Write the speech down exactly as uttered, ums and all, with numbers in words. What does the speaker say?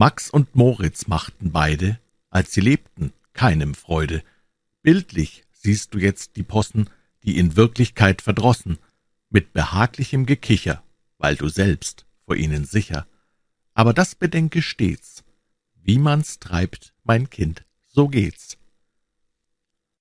Max und Moritz machten beide, als sie lebten, keinem Freude. Bildlich siehst du jetzt die Possen, die in Wirklichkeit verdrossen, mit behaglichem Gekicher, weil du selbst vor ihnen sicher. Aber das bedenke stets: Wie man's treibt, mein Kind, so geht's.